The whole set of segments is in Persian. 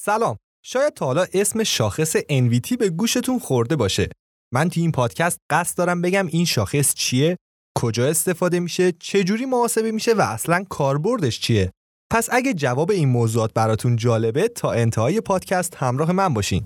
سلام. شاید تا حالا اسم شاخص NVT به گوشتون خورده باشه. من توی این پادکست قصد دارم بگم این شاخص چیه، کجا استفاده میشه، چجوری محاسبه میشه و اصلاً کاربردش چیه. پس اگه جواب این موضوعات براتون جالبه تا انتهای پادکست همراه من باشین.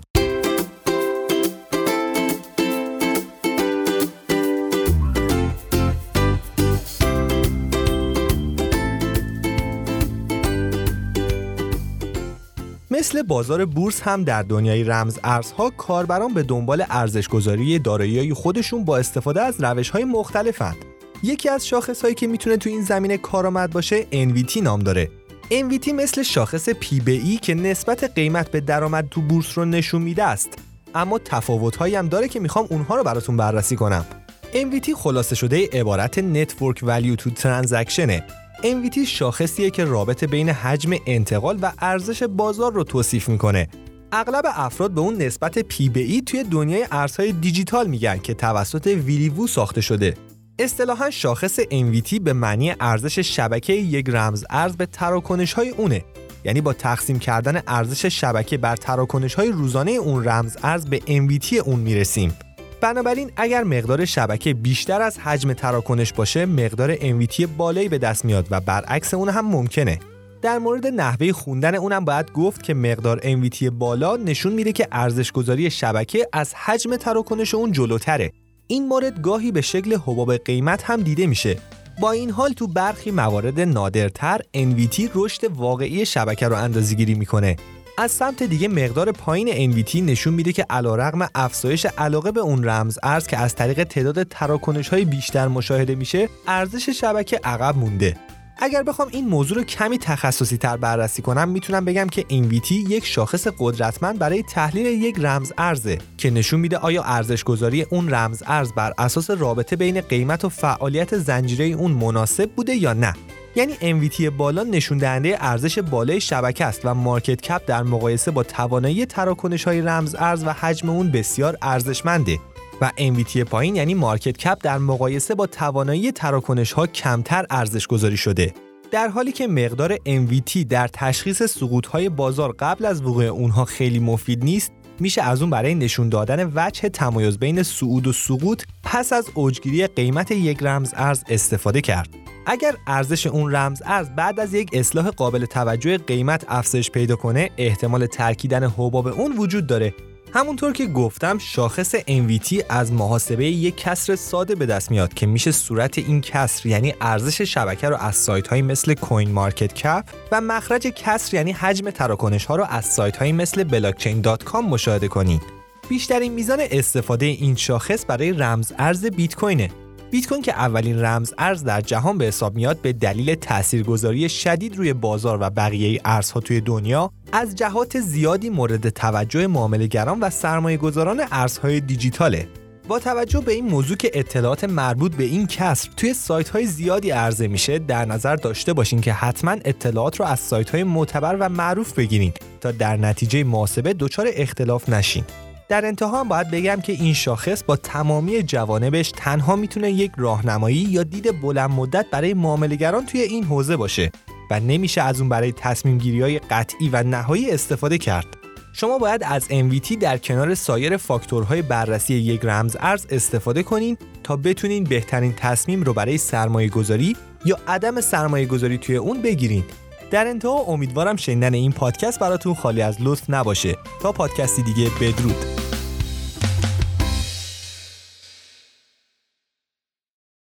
مثل بازار بورس هم در دنیای رمز ارزها کاربران به دنبال ارزش‌گذاری دارایی‌های خودشون با استفاده از روش‌های مختلفند. یکی از شاخص‌هایی که میتونه تو این زمینه کارآمد باشه NVT نام داره. NVT مثل شاخص PBE که نسبت قیمت به درآمد تو بورس رو نشون میده است، اما تفاوت‌هایی هم داره که میخوام اونها رو براتون بررسی کنم. NVT خلاصه شده عبارت Network Value to Transaction. NVT شاخصیه که رابطه بین حجم انتقال و ارزش بازار رو توصیف میکنه. اغلب افراد به اون نسبت PBE توی دنیای ارزهای دیجیتال میگن که توسط ویلیوو ساخته شده. اصطلاحاً شاخص NVT به معنی ارزش شبکه یک رمز ارز به تراکنش‌های اونه. یعنی با تقسیم کردن ارزش شبکه بر تراکنش‌های روزانه اون رمز ارز به NVT اون میرسیم. بنابراین اگر مقدار شبکه بیشتر از حجم تراکنش باشه، مقدار NVT بالایی به دست میاد و برعکس اون هم ممکنه. در مورد نحوه خوندن اونم باید گفت که مقدار NVT بالا نشون میده که ارزش‌گذاری شبکه از حجم تراکنش اون جلوتره. این مورد گاهی به شکل حباب قیمت هم دیده میشه. با این حال تو برخی موارد نادرتر NVT رشد واقعی شبکه رو اندازه‌گیری میکنه. از سمت دیگه مقدار پایین NVT نشون میده که علیرغم افزایش علاقه به اون رمز ارز که از طریق تعداد تراکنش‌های بیشتر مشاهده میشه، ارزش شبکه عقب مونده. اگر بخوام این موضوع رو کمی تخصصی تر بررسی کنم، میتونم بگم که NVT یک شاخص قدرتمند برای تحلیل یک رمز ارزه که نشون میده آیا ارزش‌گذاری اون رمز ارز بر اساس رابطه بین قیمت و فعالیت زنجیره اون مناسب بوده یا نه. یعنی NVT بالا نشون دهنده ارزش بالای شبکه است و مارکت کپ در مقایسه با توانایی تراکنش‌های رمز ارز و حجم اون بسیار ارزشمنده و NVT پایین یعنی مارکت کپ در مقایسه با توانایی تراکنش‌ها کمتر ارزش گذاری شده. در حالی که مقدار NVT در تشخیص سقوط‌های بازار قبل از وقوع اونها خیلی مفید نیست، میشه از اون برای نشون دادن وجه تمایز بین صعود و سقوط پس از اوجگیری قیمت یک رمز ارز استفاده کرد. اگر ارزش اون رمز ارز بعد از یک اصلاح قابل توجه قیمت افزایش پیدا کنه، احتمال ترکیدن حباب اون وجود داره. همونطور که گفتم، شاخص NVT از محاسبه یک کسر ساده به دست میاد که میشه صورت این کسر یعنی ارزش شبکه رو از سایت‌های مثل کوین مارکت کپ و مخرج کسر یعنی حجم تراکنش‌ها رو از سایت‌های مثل blockchain.com مشاهده کنید. بیشترین میزان استفاده این شاخص برای رمز ارز بیت کوینه. بیت کوین که اولین رمز ارز در جهان به حساب میاد، به دلیل تاثیرگذاری شدید روی بازار و بقیه ارزها توی دنیا از جهات زیادی مورد توجه معامله‌گران و سرمایه‌گذاران ارزهای دیجیتاله. با توجه به این موضوع که اطلاعات مربوط به این کسر توی سایت‌های زیادی عرضه میشه، در نظر داشته باشین که حتما اطلاعات رو از سایت‌های معتبر و معروف بگیرین تا در نتیجه محاسبه دچار اختلاف نشین. در انتها هم باید بگم که این شاخص با تمامی جوانبش تنها میتونه یک راهنمایی یا دید بلند مدت برای معامله‌گران توی این حوزه باشه و نمیشه از اون برای تصمیم گیری‌های قطعی و نهایی استفاده کرد. شما باید از NVT در کنار سایر فاکتورهای بررسی یک رمز ارز استفاده کنین تا بتونین بهترین تصمیم رو برای سرمایه‌گذاری یا عدم سرمایه‌گذاری توی اون بگیرین. در انتها امیدوارم شنیدن این پادکست براتون خالی از لطف نباشه. تا پادکستی دیگه، بدرود.